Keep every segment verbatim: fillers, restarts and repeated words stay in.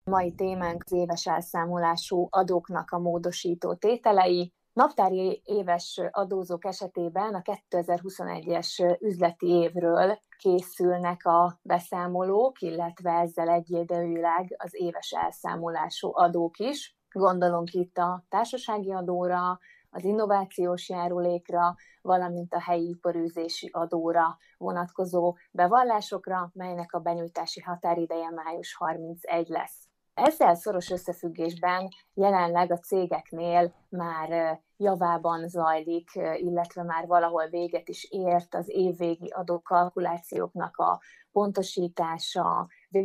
Mai témánk az éves elszámolású adóknak a módosító tételei. Naptári éves adózók esetében a kétezer-huszonegyes üzleti évről készülnek a beszámolók, illetve ezzel egyidejűleg az éves elszámolású adók is. Gondolunk itt a társasági adóra, az innovációs járulékra, valamint a helyi iparűzési adóra vonatkozó bevallásokra, melynek a benyújtási határideje május harmincegy lesz. Ezzel szoros összefüggésben jelenleg a cégeknél már javában zajlik, illetve már valahol véget is ért az évvégi adókalkulációknak a pontosítása,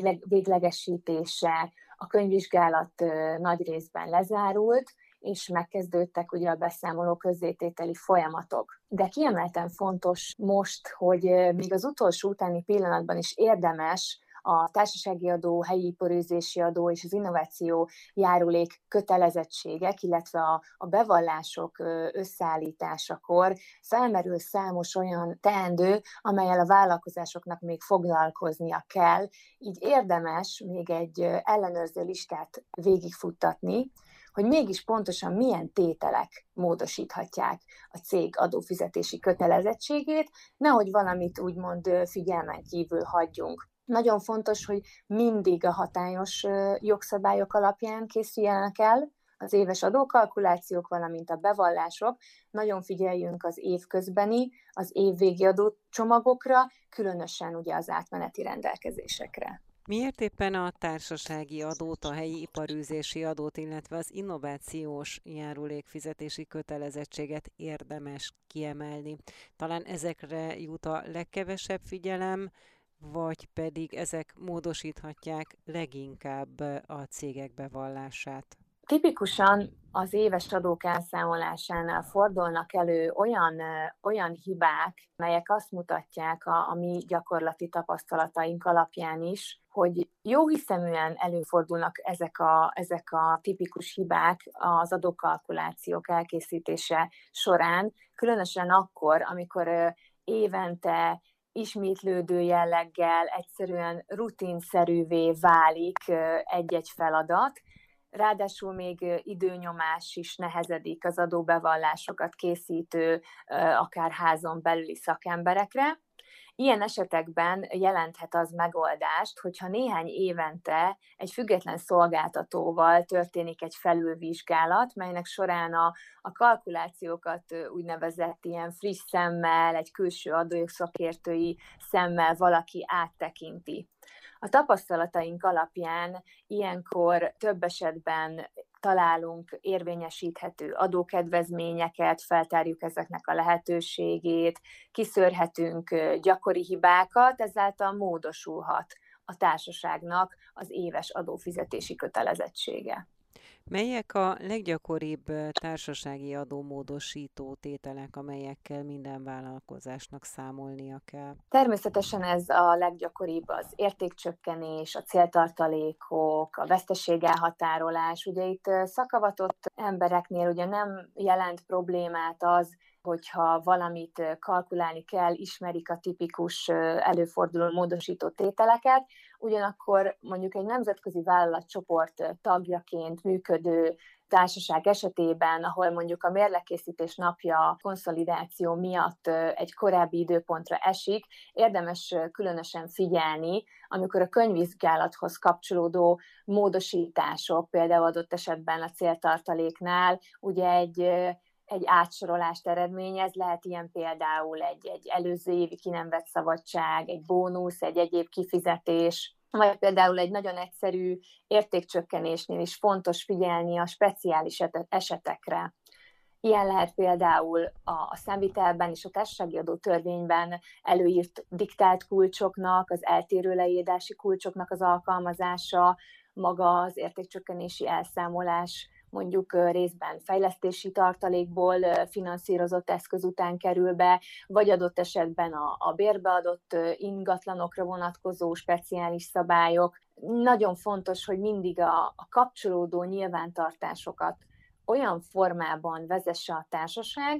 véglegesítése, a könyvvizsgálat nagy részben lezárult, és megkezdődtek ugye a beszámoló közzétételi folyamatok. De kiemelten fontos most, hogy még az utolsó utáni pillanatban is érdemes a társasági adó, helyi iparűzési adó és az innováció járulék kötelezettségek, illetve a, a bevallások összeállításakor felmerül számos olyan teendő, amellyel a vállalkozásoknak még foglalkoznia kell. Így érdemes még egy ellenőrző listát végigfuttatni, hogy mégis pontosan milyen tételek módosíthatják a cég adófizetési kötelezettségét, nehogy valamit úgymond figyelmen kívül hagyjunk. Nagyon fontos, hogy mindig a hatályos jogszabályok alapján készüljenek el az éves adókalkulációk, valamint a bevallások. Nagyon figyeljünk az évközbeni, az évvégi adócsomagokra, különösen ugye az átmeneti rendelkezésekre. Miért éppen a társasági adót, a helyi iparűzési adót, illetve az innovációs járulékfizetési kötelezettséget érdemes kiemelni? Talán ezekre jut a legkevesebb figyelem, vagy pedig ezek módosíthatják leginkább a cégek bevallását? Tipikusan az éves adók elszámolásánál fordulnak elő olyan, olyan hibák, melyek azt mutatják a, a mi gyakorlati tapasztalataink alapján is, hogy jóhiszeműen előfordulnak ezek a, ezek a tipikus hibák az adókalkulációk elkészítése során, különösen akkor, amikor évente ismétlődő jelleggel egyszerűen rutinszerűvé válik egy-egy feladat, ráadásul még időnyomás is nehezedik az adóbevallásokat készítő, akár házon belüli szakemberekre. Ilyen esetekben jelenthet az megoldást, hogyha néhány évente egy független szolgáltatóval történik egy felülvizsgálat, melynek során a, a kalkulációkat úgynevezett ilyen friss szemmel, egy külső adószakértői szemmel valaki áttekinti. A tapasztalataink alapján ilyenkor több esetben találunk érvényesíthető adókedvezményeket, feltárjuk ezeknek a lehetőségét, kiszűrhetünk gyakori hibákat, ezáltal módosulhat a társaságnak az éves adófizetési kötelezettsége. Melyek a leggyakoribb társasági adómódosító tételek, amelyekkel minden vállalkozásnak számolnia kell? Természetesen ez a leggyakoribb az értékcsökkenés, a céltartalékok, a veszteségelhatárolás. Ugye itt szakavatott embereknél ugye nem jelent problémát az, hogyha valamit kalkulálni kell, ismerik a tipikus előforduló módosító tételeket, ugyanakkor mondjuk egy nemzetközi vállalatcsoport tagjaként működő társaság esetében, ahol mondjuk a mérlegkészítés napja konszolidáció miatt egy korábbi időpontra esik, érdemes különösen figyelni, amikor a könyvvizsgálathoz kapcsolódó módosítások, például adott esetben a céltartaléknál, ugye egy egy átsorolást eredményez, lehet ilyen például egy, egy előző évi ki nem vett szabadság, egy bónusz, egy egyéb kifizetés, vagy például egy nagyon egyszerű értékcsökkenésnél is fontos figyelni a speciális esetekre. Ilyen lehet például a számvitelben és a társasági adó törvényben előírt diktált kulcsoknak, az eltérő leírási kulcsoknak az alkalmazása, maga az értékcsökkenési elszámolás, mondjuk részben fejlesztési tartalékból finanszírozott eszköz után kerül be, vagy adott esetben a, a bérbeadott ingatlanokra vonatkozó speciális szabályok. Nagyon fontos, hogy mindig a, a kapcsolódó nyilvántartásokat olyan formában vezesse a társaság,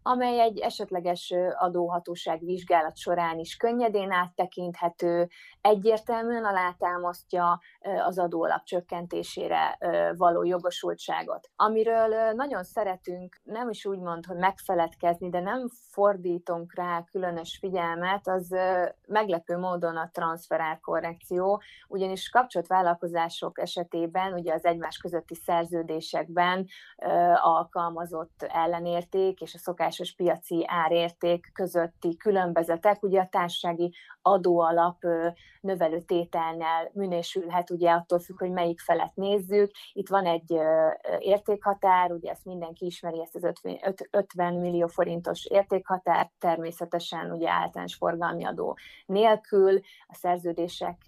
amely egy esetleges adóhatóság vizsgálat során is könnyedén áttekinthető, egyértelműen alátámasztja az adóalap csökkentésére való jogosultságot. Amiről nagyon szeretünk nem is úgy mond, hogy megfeledkezni, de nem fordítunk rá különös figyelmet, az meglepő módon a transzferárkorrekció, ugyanis kapcsolt vállalkozások esetében ugye az egymás közötti szerződésekben alkalmazott ellenérték és a szokásos piaci árérték közötti különbözetek, ugye a társasági adóalap növelő tételnél minősülhet, ugye attól függ, hogy melyik felet nézzük. Itt van egy értékhatár, ugye ezt mindenki ismeri, ezt az ötven millió forintos értékhatár, természetesen ugye általános forgalmi adó nélkül, a szerződések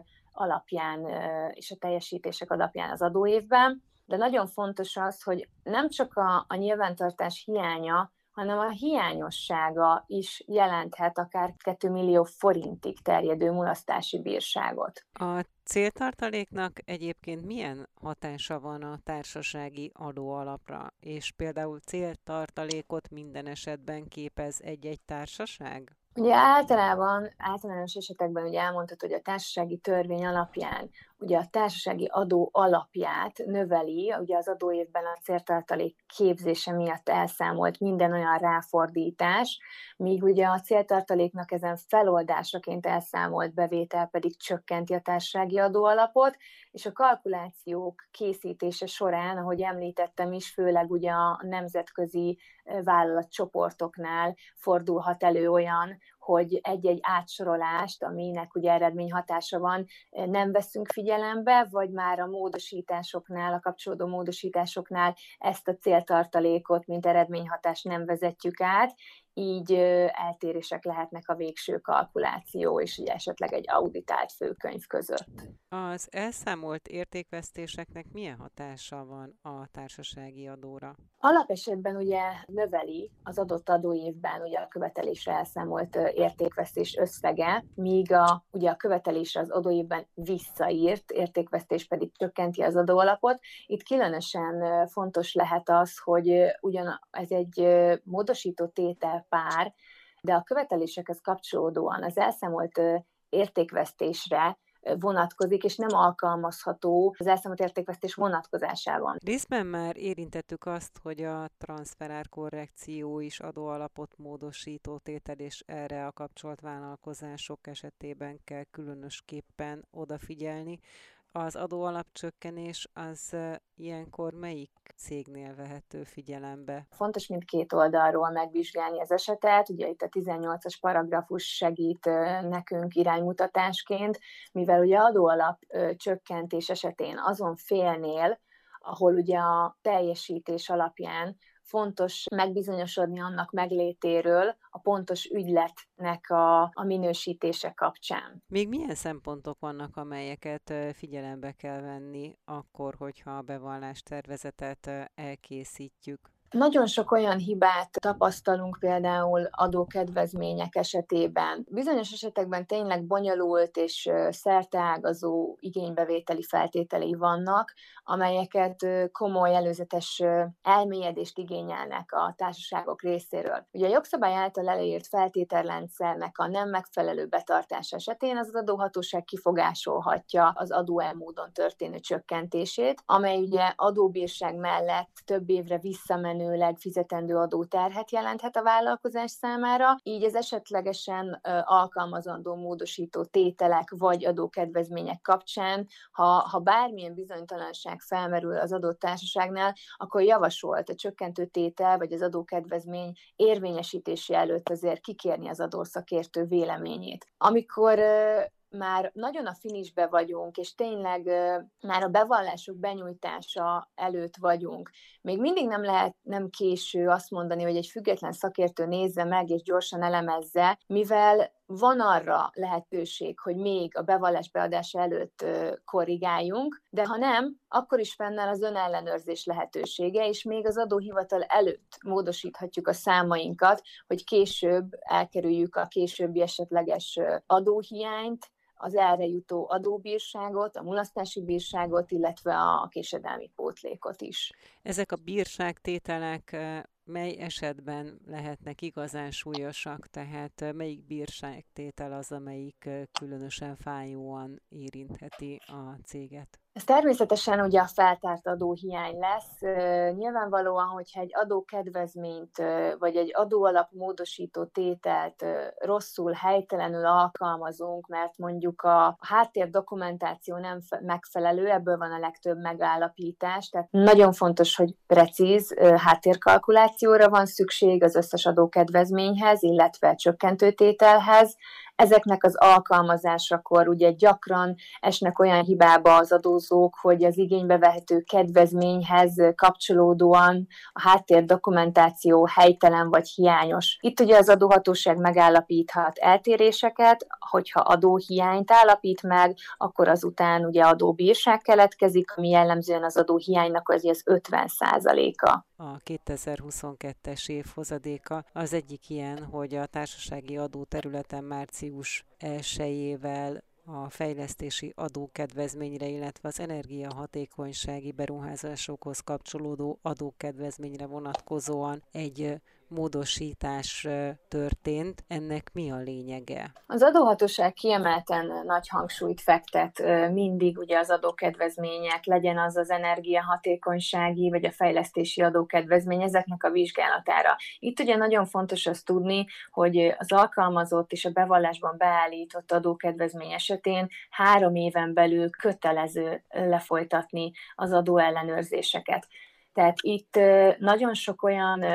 alapján és a teljesítések alapján az adóévben. De nagyon fontos az, hogy nem csak a, a nyilvántartás hiánya, hanem a hiányossága is jelenthet akár két millió forintig terjedő mulasztási bírságot. A céltartaléknak egyébként milyen hatása van a társasági adóalapra? És például céltartalékot minden esetben képez egy-egy társaság? Ugye általában, általános esetekben ugye elmondható, hogy a társasági törvény alapján ugye a társasági adó alapját növeli, ugye az adóévben a céltartalék képzése miatt elszámolt minden olyan ráfordítás, míg ugye a céltartaléknak ezen feloldásaként elszámolt bevétel pedig csökkenti a társasági adóalapot, és a kalkulációk készítése során, ahogy említettem is, főleg ugye a nemzetközi vállalatcsoportoknál fordulhat elő olyan, hogy egy-egy átsorolást, aminek ugye eredményhatása van, nem veszünk figyelembe, vagy már a módosításoknál, a kapcsolódó módosításoknál ezt a céltartalékot, mint eredményhatást nem vezetjük át, így eltérések lehetnek a végső kalkuláció és ugye esetleg egy auditált főkönyv között. Az elszámolt értékvesztéseknek milyen hatása van a társasági adóra? Alapesetben ugye növeli az adott adóévben ugye a követelésre elszámolt értékvesztés összege, míg a, ugye a követelésre az adóévben visszaírt értékvesztés pedig csökkenti az adóalapot. Itt különösen fontos lehet az, hogy ugyan ez egy módosító tételpár, de a követelésekhez kapcsolódóan az elszámolt értékvesztésre vonatkozik, és nem alkalmazható az elszámolt értékvesztés vonatkozásában. Részben már érintettük azt, hogy a transzferárkorrekció is adóalapot módosító tétel, és erre a kapcsolt vállalkozások esetében kell különösképpen odafigyelni. Az adóalapcsökkenés az ilyenkor melyik cégnél vehető figyelembe? Fontos mindkét oldalról megvizsgálni az esetet, ugye itt a tizennyolcas paragrafus segít nekünk iránymutatásként, mivel ugye adóalap csökkentés esetén azon félnél, ahol ugye a teljesítés alapján fontos megbizonyosodni annak meglétéről a pontos ügyletnek a, a minősítése kapcsán. Még milyen szempontok vannak, amelyeket figyelembe kell venni akkor, hogyha a bevallástervezetet elkészítjük? Nagyon sok olyan hibát tapasztalunk például adókedvezmények esetében. Bizonyos esetekben tényleg bonyolult és szerteágazó igénybevételi feltételei vannak, amelyeket komoly előzetes elmélyedést igényelnek a társaságok részéről. Ugye a jogszabály által előírt feltételrendszernek a nem megfelelő betartása esetén az adóhatóság kifogásolhatja az adóelv módon történő csökkentését, amely ugye adóbírság mellett több évre visszamenő fizetendő adóterhet jelenthet a vállalkozás számára, így az esetlegesen alkalmazandó módosító tételek vagy adókedvezmények kapcsán, ha, ha bármilyen bizonytalanság felmerül az adott társaságnál, akkor javasolt a csökkentő tétel vagy az adókedvezmény érvényesítése előtt azért kikérni az adószakértő véleményét. Amikor már nagyon a finisbe vagyunk, és tényleg már a bevallások benyújtása előtt vagyunk. Még mindig nem lehet, nem késő azt mondani, hogy egy független szakértő nézze meg, és gyorsan elemezze, mivel van arra lehetőség, hogy még a bevallás beadása előtt korrigáljunk, de ha nem, akkor is fennáll az önellenőrzés lehetősége, és még az adóhivatal előtt módosíthatjuk a számainkat, hogy később elkerüljük a későbbi esetleges adóhiányt, az erre jutó adóbírságot, a mulasztási bírságot, illetve a késedelmi pótlékot is. Ezek a bírságtételek mely esetben lehetnek igazán súlyosak, tehát melyik bírságtétel az, amelyik különösen fájóan érintheti a céget? Ez természetesen ugye a feltárt adóhiány lesz. Nyilvánvalóan, hogyha egy adókedvezményt vagy egy adóalap módosító tételt rosszul, helytelenül alkalmazunk, mert mondjuk a háttér dokumentáció nem megfelelő, ebből van a legtöbb megállapítás. Tehát nagyon fontos, hogy precíz háttérkalkulációra van szükség az összes adókedvezményhez, illetve csökkentőtételhez. Ezeknek az alkalmazásakor ugye gyakran esnek olyan hibába az adózók, hogy az igénybe vehető kedvezményhez kapcsolódóan a háttérdokumentáció helytelen vagy hiányos. Itt ugye az adóhatóság megállapíthat eltéréseket, hogyha adóhiányt állapít meg, akkor azután ugye adóbírság keletkezik, ami jellemzően az adóhiánynak az, az ötven százaléka. A kétezer-huszonkettes év hozadéka az egyik ilyen, hogy a társasági adó területen március elsejével a fejlesztési adókedvezményre, illetve az energiahatékonysági beruházásokhoz kapcsolódó adókedvezményre vonatkozóan egy módosítás történt. Ennek mi a lényege? Az adóhatóság kiemelten nagy hangsúlyt fektet mindig ugye az adókedvezmények, legyen az az energiahatékonysági vagy a fejlesztési adókedvezmény, ezeknek a vizsgálatára. Itt ugye nagyon fontos azt tudni, hogy az alkalmazott és a bevallásban beállított adókedvezmény esetén három éven belül kötelező lefolytatni az adóellenőrzéseket. Tehát itt nagyon sok olyan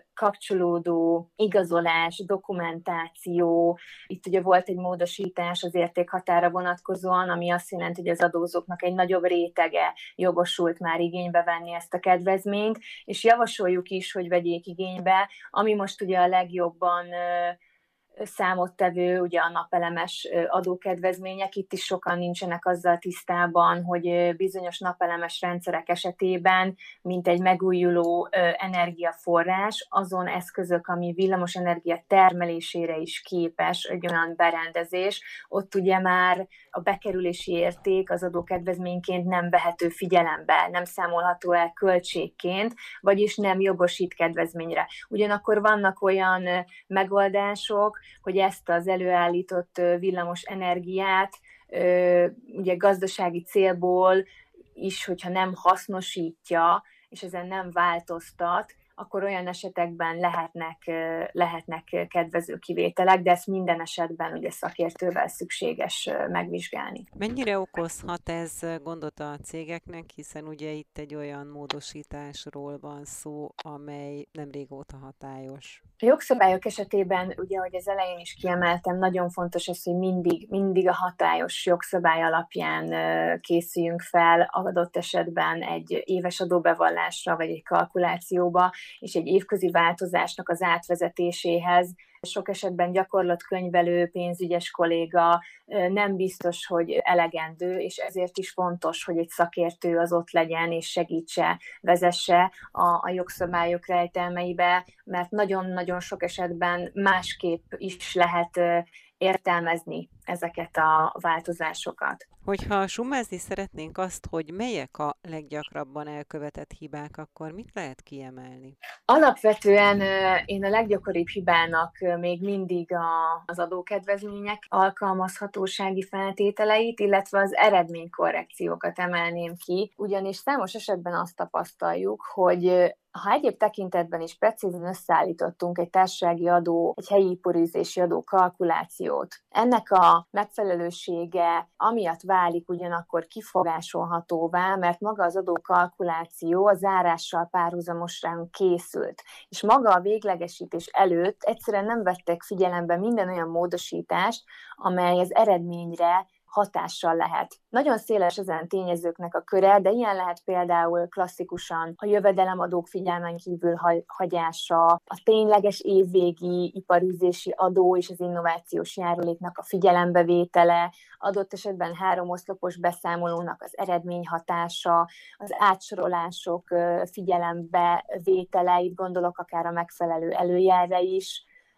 kapcsolódó igazolás, dokumentáció, itt ugye volt egy módosítás az értékhatára vonatkozóan, ami azt jelenti, hogy az adózóknak egy nagyobb rétege jogosult már igénybe venni ezt a kedvezményt, és javasoljuk is, hogy vegyék igénybe, ami most ugye a legjobban számottevő, ugye a napelemes adókedvezmények, itt is sokan nincsenek azzal tisztában, hogy bizonyos napelemes rendszerek esetében, mint egy megújuló energiaforrás, azon eszközök, ami villamosenergia termelésére is képes, egy olyan berendezés, ott ugye már a bekerülési érték az adókedvezményként nem vehető figyelembe, nem számolható el költségként, vagyis nem jogosít kedvezményre. Ugyanakkor vannak olyan megoldások, hogy ezt az előállított villamos energiát ugye gazdasági célból is, hogyha nem hasznosítja, és ezen nem változtat, akkor olyan esetekben lehetnek, lehetnek kedvező kivételek, de ezt minden esetben ugye szakértővel szükséges megvizsgálni. Mennyire okozhat ez gondot a cégeknek, hiszen ugye itt egy olyan módosításról van szó, amely nem régóta hatályos? A jogszabályok esetében, ugye, ahogy az elején is kiemeltem, nagyon fontos az, hogy mindig, mindig a hatályos jogszabály alapján készüljünk fel, adott esetben egy éves adóbevallásra, vagy egy kalkulációba, és egy évközi változásnak az átvezetéséhez. Sok esetben gyakorlatkönyvelő, pénzügyes kolléga nem biztos, hogy elegendő, és ezért is fontos, hogy egy szakértő az ott legyen, és segítse, vezesse a, a jogszabályok rejtelmeibe, mert nagyon-nagyon sok esetben másképp is lehet értelmezni ezeket a változásokat. Hogyha summázni szeretnénk azt, hogy melyek a leggyakrabban elkövetett hibák, akkor mit lehet kiemelni? Alapvetően én a leggyakoribb hibának még mindig az adókedvezmények alkalmazhatósági feltételeit, illetve az eredménykorrekciókat emelném ki, ugyanis számos esetben azt tapasztaljuk, hogy ha egyéb tekintetben is precízen összeállítottunk egy társasági adó, egy helyi iparűzési adó kalkulációt, ennek a megfelelősége amiatt válik ugyanakkor kifogásolhatóvá, mert maga az adókalkuláció a zárással párhuzamosan készült, és maga a véglegesítés előtt egyszerűen nem vettek figyelembe minden olyan módosítást, amely az eredményre hatással lehet. Nagyon széles ezen tényezőknek a köre, de ilyen lehet például klasszikusan a jövedelemadók figyelmen kívül hagyása, a tényleges évvégi iparűzési adó és az innovációs járuléknak a figyelembevétele, adott esetben három oszlopos beszámolónak az eredményhatása, az átsorolások figyelembevétele, itt gondolok akár a megfelelő előjelre is,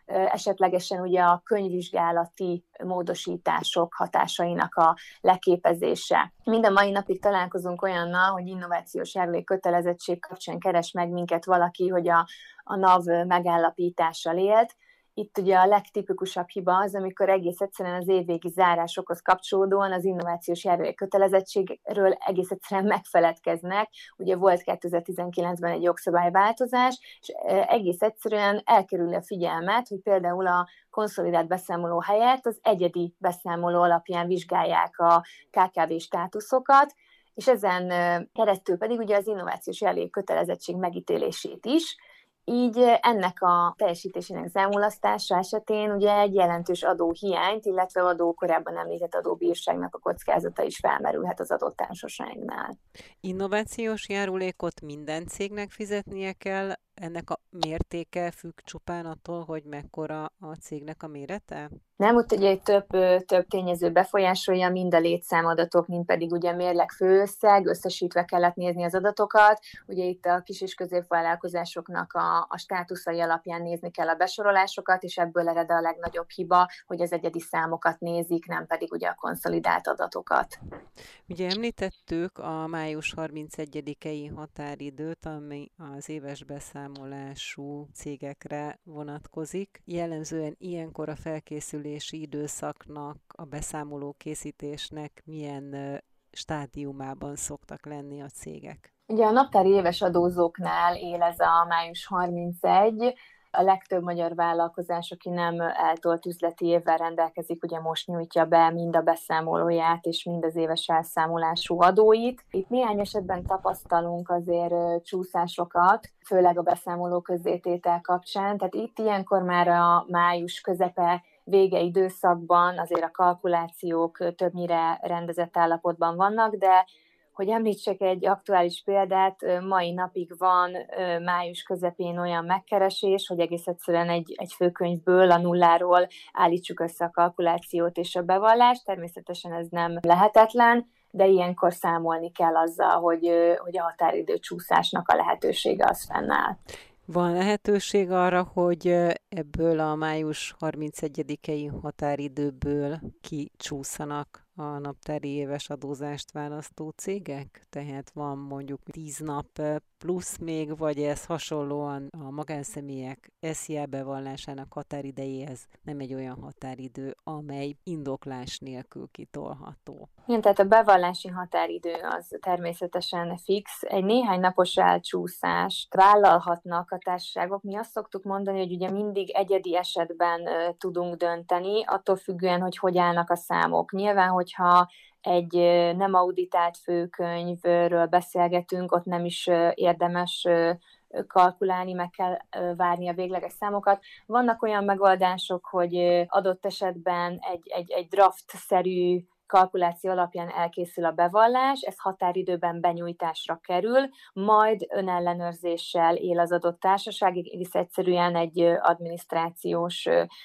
esetlegesen ugye a könyvvizsgálati módosítások hatásainak a leképezése. Mind a mai napig találkozunk olyannal, hogy innovációs járulék kötelezettség kapcsán keres meg minket valaki, hogy a, a NAV megállapítással élt. Itt ugye a legtipikusabb hiba az, amikor egész egyszerűen az évvégi zárásokhoz kapcsolódóan az innovációs járulék kötelezettségről egész egyszerűen megfeledkeznek. Ugye volt kétezer-tizenkilencben egy jogszabályváltozás, és egész egyszerűen elkerüli a figyelmet, hogy például a konszolidált beszámoló helyett az egyedi beszámoló alapján vizsgálják a ká ká vé státuszokat, és ezen keresztül pedig ugye az innovációs járulék kötelezettség megítélését is. Így ennek a teljesítésének zámulasztása esetén ugye egy jelentős adóhiányt, illetve adó korábban említett adóbírságnak a kockázata is felmerülhet az adott társaságnál. Innovációs járulékot minden cégnek fizetnie kell, ennek a mértéke függ csupán attól, hogy mekkora a cégnek a mérete? Nem, úgy ugye több, több tényező befolyásolja, mind a létszámadatok, mind pedig ugye a mérleg főösszeg, összesítve kellett nézni az adatokat. Ugye itt a kis és középvállalkozásoknak a, a státuszai alapján nézni kell a besorolásokat, és ebből ered a legnagyobb hiba, hogy az egyedi számokat nézik, nem pedig ugye a konszolidált adatokat. Ugye említettük a május harmincegyedikei határidőt, ami az éves beszámolású cégekre vonatkozik. Jellemzően ilyenkor a felkészülési időszaknak, a beszámoló készítésnek milyen stádiumában szoktak lenni a cégek? Ugye a naptári éves adózóknál él ez a május harmincegy. A legtöbb magyar vállalkozás, aki nem eltolt üzleti évvel rendelkezik, ugye most nyújtja be mind a beszámolóját és mind az éves elszámolású adóit. Itt néhány esetben tapasztalunk azért csúszásokat, főleg a beszámoló közzététel kapcsán. Tehát itt ilyenkor már a május közepe vége időszakban azért a kalkulációk többnyire rendezett állapotban vannak, de hogy említsek egy aktuális példát, mai napig van május közepén olyan megkeresés, hogy egész egyszerűen egy, egy főkönyvből, a nulláról állítsuk össze a kalkulációt és a bevallást. Természetesen ez nem lehetetlen, de ilyenkor számolni kell azzal, hogy, hogy a határidő csúszásnak a lehetősége az fennáll. Van lehetőség arra, hogy ebből a május harmincegyedikei határidőből kicsúszanak a naptári éves adózást választó cégek? Tehát van mondjuk tíz nap plusz még, vagy ez hasonlóan a magánszemélyek es zé á bevallásának határidejéhez nem egy olyan határidő, amely indoklás nélkül kitolható? Igen, tehát a bevallási határidő az természetesen fix. Egy néhány napos elcsúszást vállalhatnak a társaságok. Mi azt szoktuk mondani, hogy ugye mindig egyedi esetben uh, tudunk dönteni, attól függően, hogy hogy állnak a számok. Nyilván, hogyha egy uh, nem auditált főkönyvről beszélgetünk, ott nem is uh, érdemes uh, kalkulálni, meg kell várni a végleges számokat. Vannak olyan megoldások, hogy adott esetben egy, egy, egy draft-szerű kalkuláció alapján elkészül a bevallás, ez határidőben benyújtásra kerül, majd önellenőrzéssel él az adott társaság, egész egyszerűen egy adminisztrációs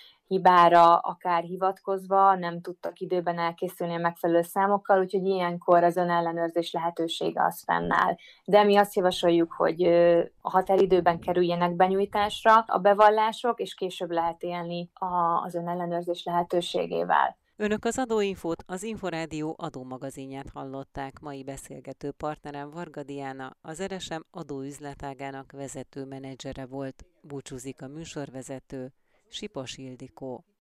hibára akár hivatkozva nem tudtak időben elkészülni a megfelelő számokkal, úgyhogy ilyenkor az önellenőrzés lehetősége az fennáll. De mi azt javasoljuk, hogy a határidőben kerüljenek benyújtásra a bevallások, és később lehet élni az önellenőrzés lehetőségével. Önök az Adóinfót, az Inforádió adómagazinját hallották. Mai beszélgető partnerem Varga Diana, az er es em adóüzletágának vezető menedzsere volt. Búcsúzik a műsorvezető, Sipos Ildikó.